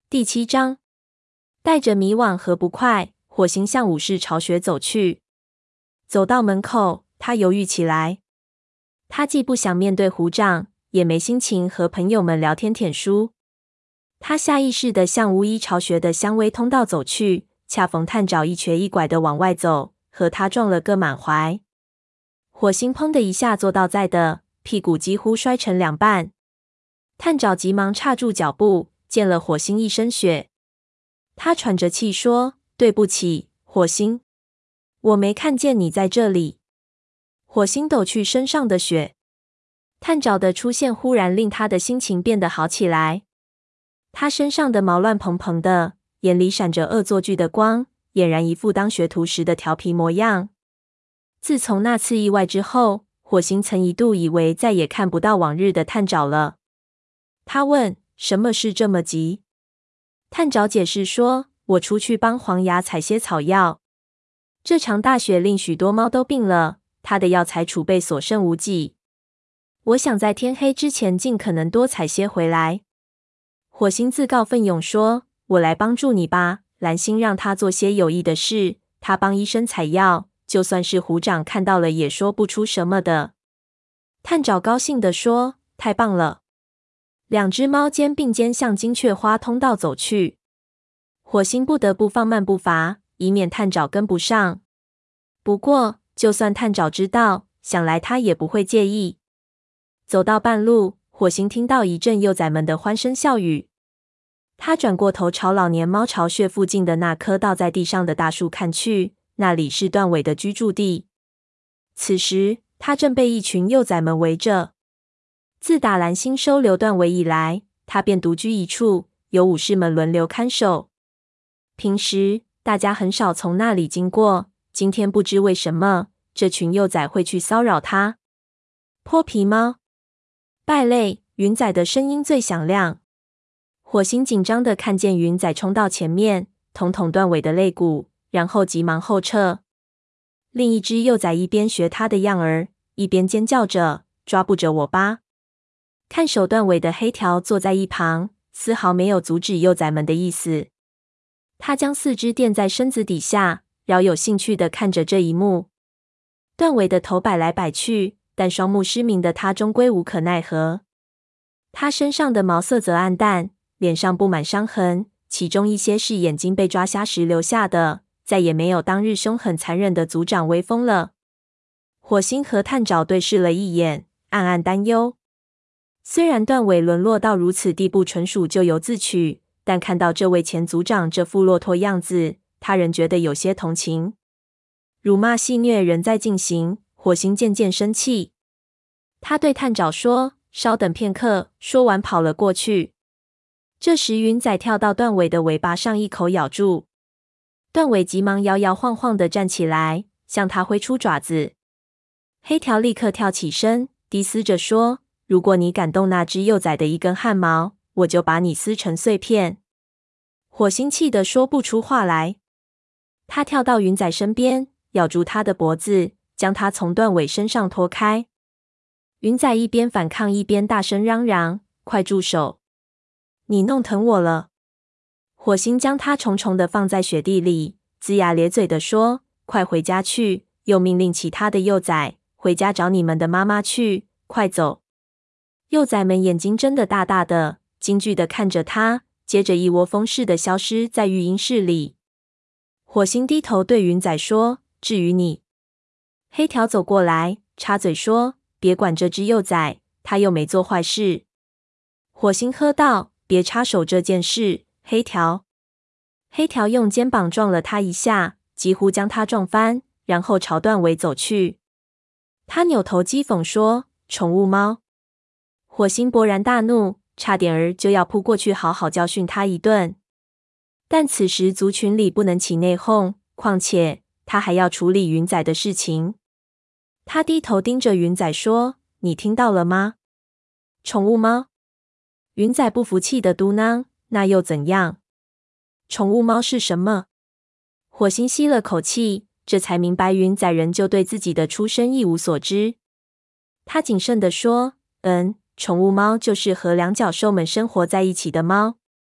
第7章，带着迷惘和不快，火星向武士巢穴走去。走到门口，他犹豫起来。他既不想面对虎掌，也没心情和朋友们聊天舔书。他下意识地向巫医巢穴的香薇通道走去，恰逢探爪一瘸一拐地往外走，和他撞了个满怀。火星砰的一下坐到在的，屁股几乎摔成2半。探爪急忙刹住脚步，溅了火星一身血。他喘着气说：“对不起，火星，我没看见你在这里。”火星抖去身上的血。探爪的出现忽然令他的心情变得好起来。他身上的毛乱蓬蓬的，眼里闪着恶作剧的光，俨然一副当学徒时的调皮模样。自从那次意外之后，火星曾一度以为再也看不到往日的探爪了。他问：“什么事这么急？”探爪解释说：“我出去帮黄牙采些草药。这场大雪令许多猫都病了，他的药材储备所剩无几。我想在天黑之前尽可能多采些回来。”火星自告奋勇说：“我来帮助你吧。”蓝星让他做些有益的事，他帮医生采药，就算是虎掌看到了也说不出什么的。探爪高兴地说：“太棒了！”2只猫肩并肩向金雀花通道走去。火星不得不放慢步伐，以免探爪跟不上。不过，就算探爪知道，想来他也不会介意。走到半路，火星听到一阵幼崽们的欢声笑语。他转过头朝老年猫巢穴附近的那棵倒在地上的大树看去，那里是段尾的居住地。此时，他正被一群幼崽们围着。自打蓝星收留段尾以来，他便独居一处，由武士们轮流看守。平时大家很少从那里经过，今天不知为什么，这群幼崽会去骚扰他。泼皮猫、败类、云仔的声音最响亮。火星紧张地看见云仔冲到前面，捅捅段尾的肋骨，然后急忙后撤。另一只幼崽一边学他的样儿，一边尖叫着：“抓不着我吧！”看守段尾的黑条坐在一旁，丝毫没有阻止幼崽们的意思。他将4肢垫在身子底下，饶有兴趣地看着这一幕。段尾的头摆来摆去，但双目失明的他终归无可奈何。他身上的毛色则暗淡，脸上布满伤痕，其中一些是眼睛被抓瞎时留下的，再也没有当日凶狠残忍的族长威风了。火星和探爪对视了一眼，暗暗担忧。虽然段尾沦落到如此地步纯属咎由自取，但看到这位前族长这副落脱样子，他仍觉得有些同情。辱骂戏谑仍在进行，火星渐渐生气。他对探爪说：“稍等片刻。”说完跑了过去。这时云仔跳到段尾的尾巴上，一口咬住。段尾急忙摇摇晃晃地站起来，向他挥出爪子。黑条立刻跳起身，低嘶着说：“如果你敢动那只幼崽的一根汗毛，我就把你撕成碎片。”火星气得说不出话来。他跳到云仔身边，咬住他的脖子，将他从段尾身上拖开。云仔一边反抗一边大声嚷嚷：“快住手！你弄疼我了！”火星将他重重地放在雪地里，龇牙咧嘴地说：“快回家去！”又命令其他的幼崽：“回家找你们的妈妈去，快走！”幼崽们眼睛睁得大大的，惊惧地看着他，接着一窝蜂似的消失在育婴室里。火星低头对云仔说：“至于你。”黑条走过来，插嘴说：“别管这只幼崽，他又没做坏事。”火星喝道：“别插手这件事，黑条。”黑条用肩膀撞了他一下，几乎将他撞翻，然后朝段尾走去。他扭头讥讽说：“宠物猫！”火星勃然大怒，差点儿就要扑过去好好教训他一顿。但此时族群里不能起内讧，况且他还要处理云仔的事情。他低头盯着云仔说：“你听到了吗？宠物猫？”云仔不服气的嘟囔：“那又怎样？宠物猫是什么？”火星吸了口气，这才明白云仔仍旧对自己的出身一无所知。他谨慎地说：“宠物猫就是和两脚兽们生活在一起的猫。”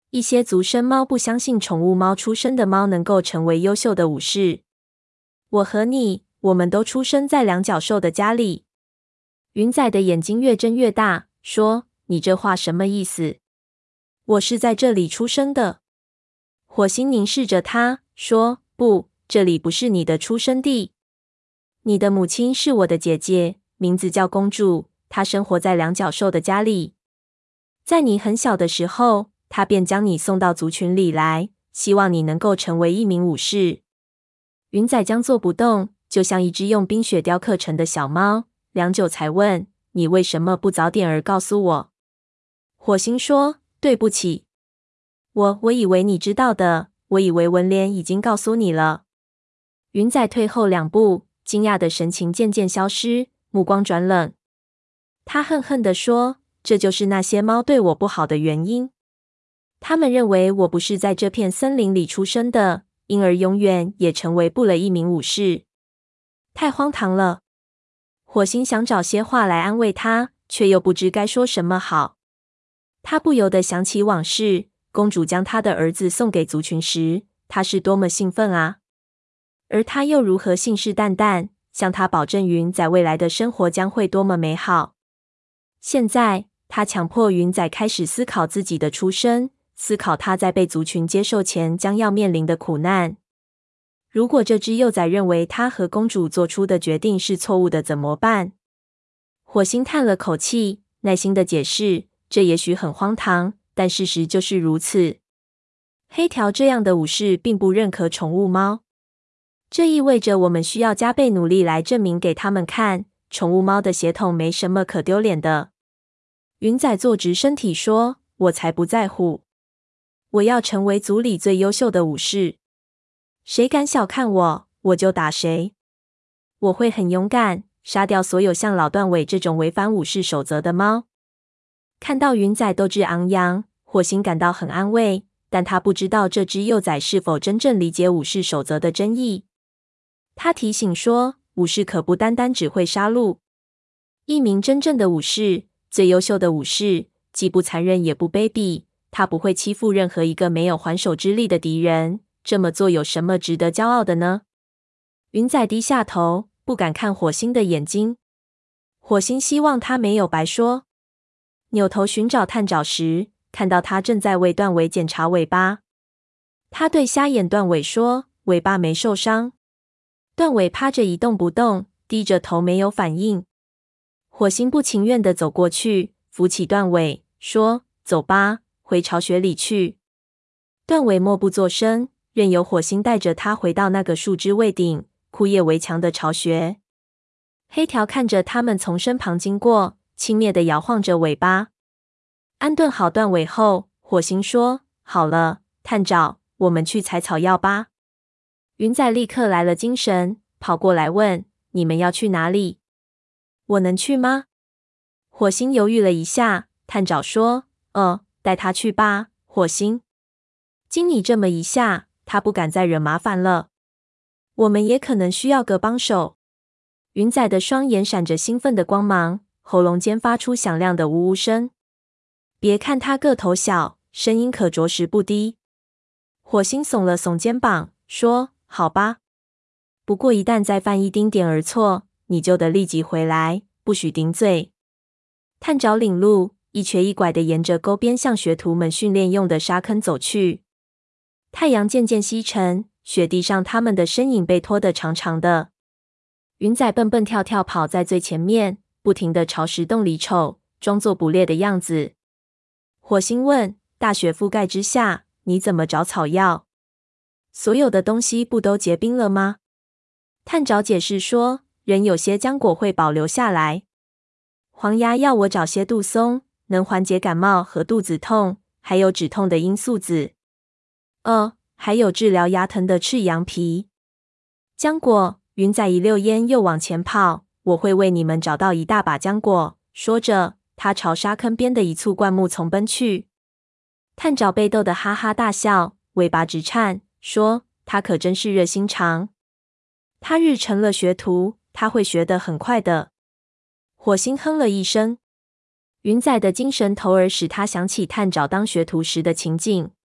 一些族生猫不相信宠物猫出生的猫能够成为优秀的武士。我和你，我们都出生在两脚兽的家里。云仔的眼睛越睁越大，说：“你这话什么意思？”我是在这里出生的。火星凝视着他，说：“不，这里不是你的出生地。你的母亲是我的姐姐，名字叫公主，她生活在两脚兽的家里。在你很小的时候，她便将你送到族群里来，希望你能够成为一名武士。”云仔僵坐不动，就像一只用冰雪雕刻成的小猫。良久才问：“你为什么不早点儿告诉我？”火星说：“对不起，我以为你知道的，我以为文莲已经告诉你了。”云仔退后2步，惊讶的神情渐渐消失，目光转冷。他恨恨地说：“这就是那些猫对我不好的原因。他们认为我不是在这片森林里出生的，因而永远也成为不了一名武士。太荒唐了。”火星想找些话来安慰他，却又不知该说什么好。他不由得想起往事，公主将他的儿子送给族群时，他是多么兴奋啊！而他又如何信誓旦旦，向他保证云仔未来的生活将会多么美好。现在，他强迫云仔开始思考自己的出身，思考他在被族群接受前将要面临的苦难。如果这只幼崽认为他和公主做出的决定是错误的，怎么办？火星叹了口气，耐心地解释：“这也许很荒唐，但事实就是如此。黑条这样的武士并不认可宠物猫，这意味着我们需要加倍努力来证明给他们看，宠物猫的血统没什么可丢脸的。”云仔坐直身体说：“我才不在乎，我要成为族里最优秀的武士。谁敢小看我，我就打谁。我会很勇敢，杀掉所有像老断尾这种违反武士守则的猫。”看到云仔斗志昂扬，火星感到很安慰，但他不知道这只幼崽是否真正理解武士守则的真意。他提醒说：“武士可不单单只会杀戮，一名真正的武士，最优秀的武士，既不残忍也不卑鄙，他不会欺负任何一个没有还手之力的敌人。这么做有什么值得骄傲的呢？”云仔低下头，不敢看火星的眼睛。火星希望他没有白说。扭头寻找探爪时，看到他正在为断尾检查尾巴。他对瞎眼断尾说：“尾巴没受伤。”断尾趴着一动不动，低着头没有反应。火星不情愿地走过去，扶起断尾，说：“走吧，回巢穴里去。”断尾默不作声，任由火星带着他回到那个树枝未顶、枯叶围墙的巢穴。黑条看着他们从身旁经过，轻蔑地摇晃着尾巴。安顿好断尾后，火星说：“好了，探爪，我们去采草药吧。”云仔立刻来了精神，跑过来问：“你们要去哪里？我能去吗？”火星犹豫了一下，探爪说：“带他去吧，火星。经你这么一下，他不敢再惹麻烦了。我们也可能需要个帮手。”云仔的双眼闪着兴奋的光芒，喉咙间发出响亮的呜呜声。别看他个头小，声音可着实不低。火星耸了耸肩膀，说：“好吧，不过一旦再犯一丁点儿错，你就得立即回来，不许顶嘴。”探爪领路，一瘸一拐地沿着沟边向学徒们训练用的沙坑走去。太阳渐渐西沉，雪地上他们的身影被拖得长长的。云仔蹦蹦跳跳跑在最前面，不停地朝石洞里瞅，装作捕猎的样子。火星问：“大雪覆盖之下，你怎么找草药？所有的东西不都结冰了吗？”探爪解释说：“仍有些浆果会保留下来。黄牙要我找些杜松，能缓解感冒和肚子痛，还有止痛的罂粟籽。还有治疗牙疼的赤羊皮。浆果。”云仔一溜烟又往前跑，“我会为你们找到一大把浆果。”说着，他朝沙坑边的一簇灌木丛奔去。探爪被逗得哈哈大笑，尾巴直颤，说：“他可真是热心肠。他日成了学徒，他会学得很快的。”火星哼了一声。云仔的精神头儿使他想起探爪当学徒时的情景。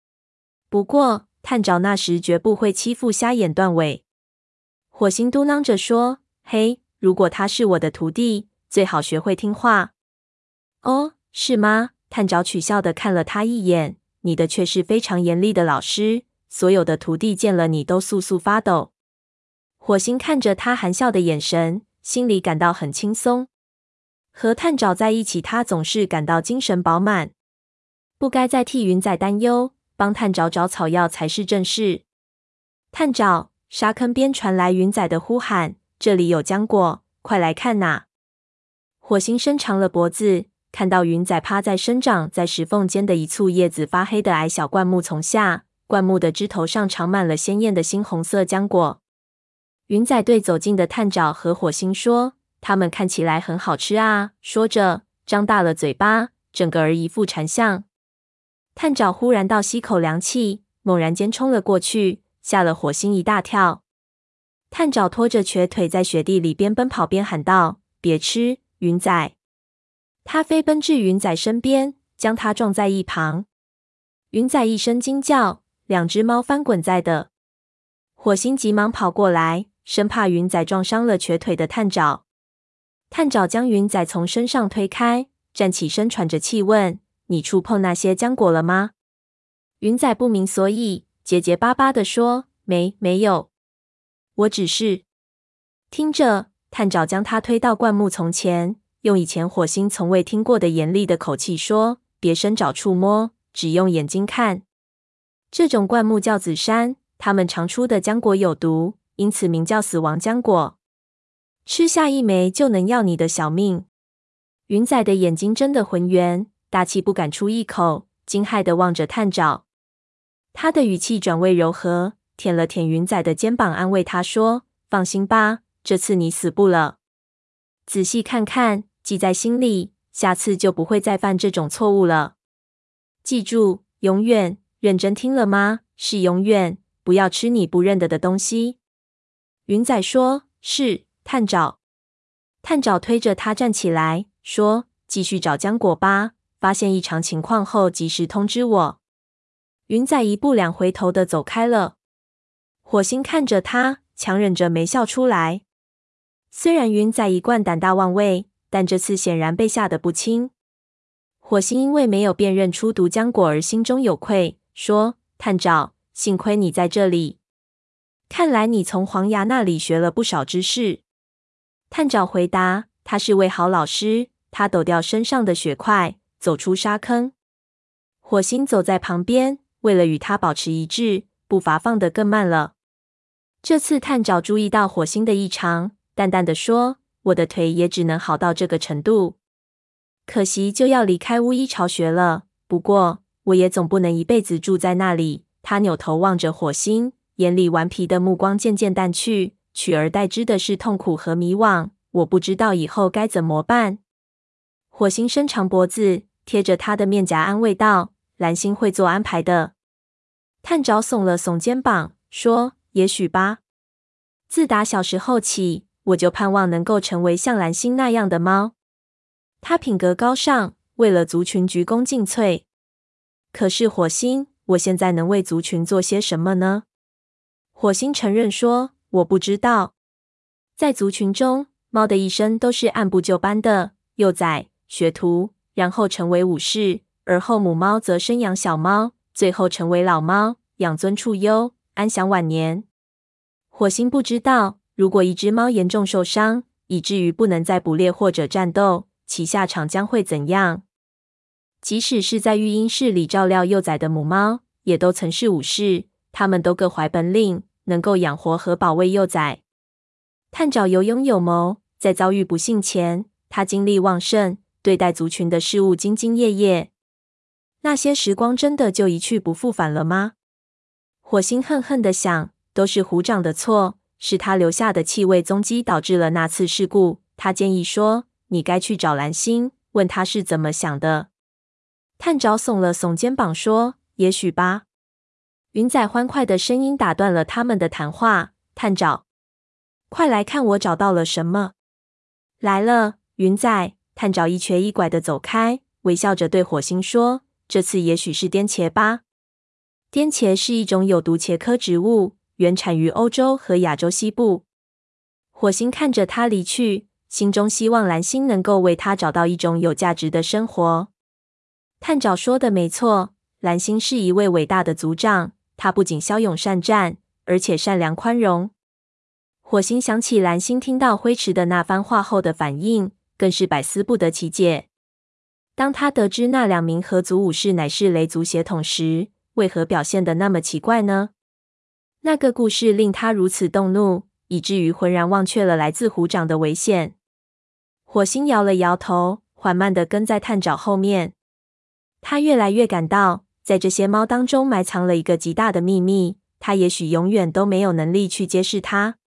不过探爪那时绝不会欺负瞎眼断尾。火星嘟囔着说：“嘿，如果他是我的徒弟，最好学会听话。”哦，是吗？探爪取笑地看了他一眼。你的却是非常严厉的老师，所有的徒弟见了你都簌簌发抖。火星看着他含笑的眼神，心里感到很轻松。和探爪在一起，他总是感到精神饱满。不该再替云仔担忧，帮探爪找草药才是正事。探爪，沙坑边传来云仔的呼喊：“这里有浆果，快来看呐！”火星伸长了脖子，看到云仔趴在生长在石缝间的一簇叶子发黑的矮小灌木丛下，灌木的枝头上长满了鲜艳的猩红色浆果。云仔对走近的探爪和火星说：“它们看起来很好吃啊！”说着，张大了嘴巴，整个儿一副馋相。探爪忽然倒吸口凉气，猛然间冲了过去，吓了火星一大跳。探爪拖着瘸腿在雪地里边奔跑边喊道：“别吃，云仔！”他飞奔至云仔身边，将他撞在一旁。云仔一声惊叫，两只猫翻滚在地。火星急忙跑过来，生怕云仔撞伤了瘸腿的探爪。探爪将云仔从身上推开，站起身喘着气问：“你触碰那些浆果了吗？”云仔不明所以，结结巴巴地说：“没有，我只是……”听着，探爪将他推到灌木丛前，用以前火星从未听过的严厉的口气说：“别伸爪触摸，只用眼睛看。这种灌木叫紫杉，它们常出的浆果有毒，因此名叫死亡浆果。吃下一枚就能要你的小命。”云仔的眼睛睁得浑圆，大气不敢出一口，惊骇地望着探爪。他的语气转为柔和，舔了舔云仔的肩膀，安慰他说：“放心吧，这次你死不了。仔细看看，记在心里，下次就不会再犯这种错误了。记住，永远，认真听了吗？是永远，不要吃你不认得的东西。”云仔说：“是，探爪。”探爪推着他站起来，说：“继续找浆果吧，发现异常情况后及时通知我。”云仔一步两回头的走开了。火星看着他，强忍着没笑出来。虽然云仔一贯胆大妄为，但这次显然被吓得不轻。火星因为没有辨认出毒浆果而心中有愧，说：“探爪，幸亏你在这里，看来你从黄牙那里学了不少知识。”探爪回答：“他是位好老师。”他抖掉身上的雪块，走出沙坑。火星走在旁边，为了与他保持一致，步伐放得更慢了。这次探爪注意到火星的异常，淡淡的说：“我的腿也只能好到这个程度，可惜就要离开巫医巢穴了。不过我也总不能一辈子住在那里。”他扭头望着火星，眼里顽皮的目光渐渐淡去，取而代之的是痛苦和迷惘。我不知道以后该怎么办。火星伸长脖子，贴着他的面颊安慰道：“蓝星会做安排的。”探爪耸了耸肩膀，说：“也许吧。自打小时候起，我就盼望能够成为像蓝星那样的猫。它品格高尚，为了族群鞠躬尽瘁。可是火星，我现在能为族群做些什么呢？”火星承认说：“我不知道。在族群中，猫的一生都是按部就班的，幼崽、学徒，然后成为武士，而后母猫则生养小猫，最后成为老猫，养尊处优，安享晚年。火星不知道，如果一只猫严重受伤，以至于不能再捕猎或者战斗，其下场将会怎样。即使是在育婴室里照料幼崽的母猫，也都曾是武士，它们都各怀本领，能够养活和保卫幼崽。探爪有勇有谋，在遭遇不幸前，他精力旺盛，对待族群的事务兢兢业业。那些时光真的就一去不复返了吗？火星恨恨地想，都是虎掌的错，是他留下的气味踪迹导致了那次事故。他建议说：“你该去找蓝星，问他是怎么想的。”探爪耸了耸肩膀说：“也许吧。”云仔欢快的声音打断了他们的谈话：“探爪，快来看我找到了什么！”来了，云仔。探爪一瘸一拐的走开，微笑着对火星说：“这次也许是颠茄吧。” 颠茄是一种有毒茄科植物，原产于欧洲和亚洲西部。火星看着他离去，心中希望蓝星能够为他找到一种有价值的生活。探长说的没错，蓝星是一位伟大的族长，他不仅骁勇善战，而且善良宽容。火星想起蓝星听到灰池的那番话后的反应，更是百思不得其解。当他得知那2名合族武士乃是雷族血统时，为何表现得那么奇怪呢？那个故事令他如此动怒，以至于浑然忘却了来自虎掌的危险。火星摇了摇头，缓慢地跟在探爪后面。他越来越感到，在这些猫当中埋藏了一个极大的秘密，他也许永远都没有能力去揭示它。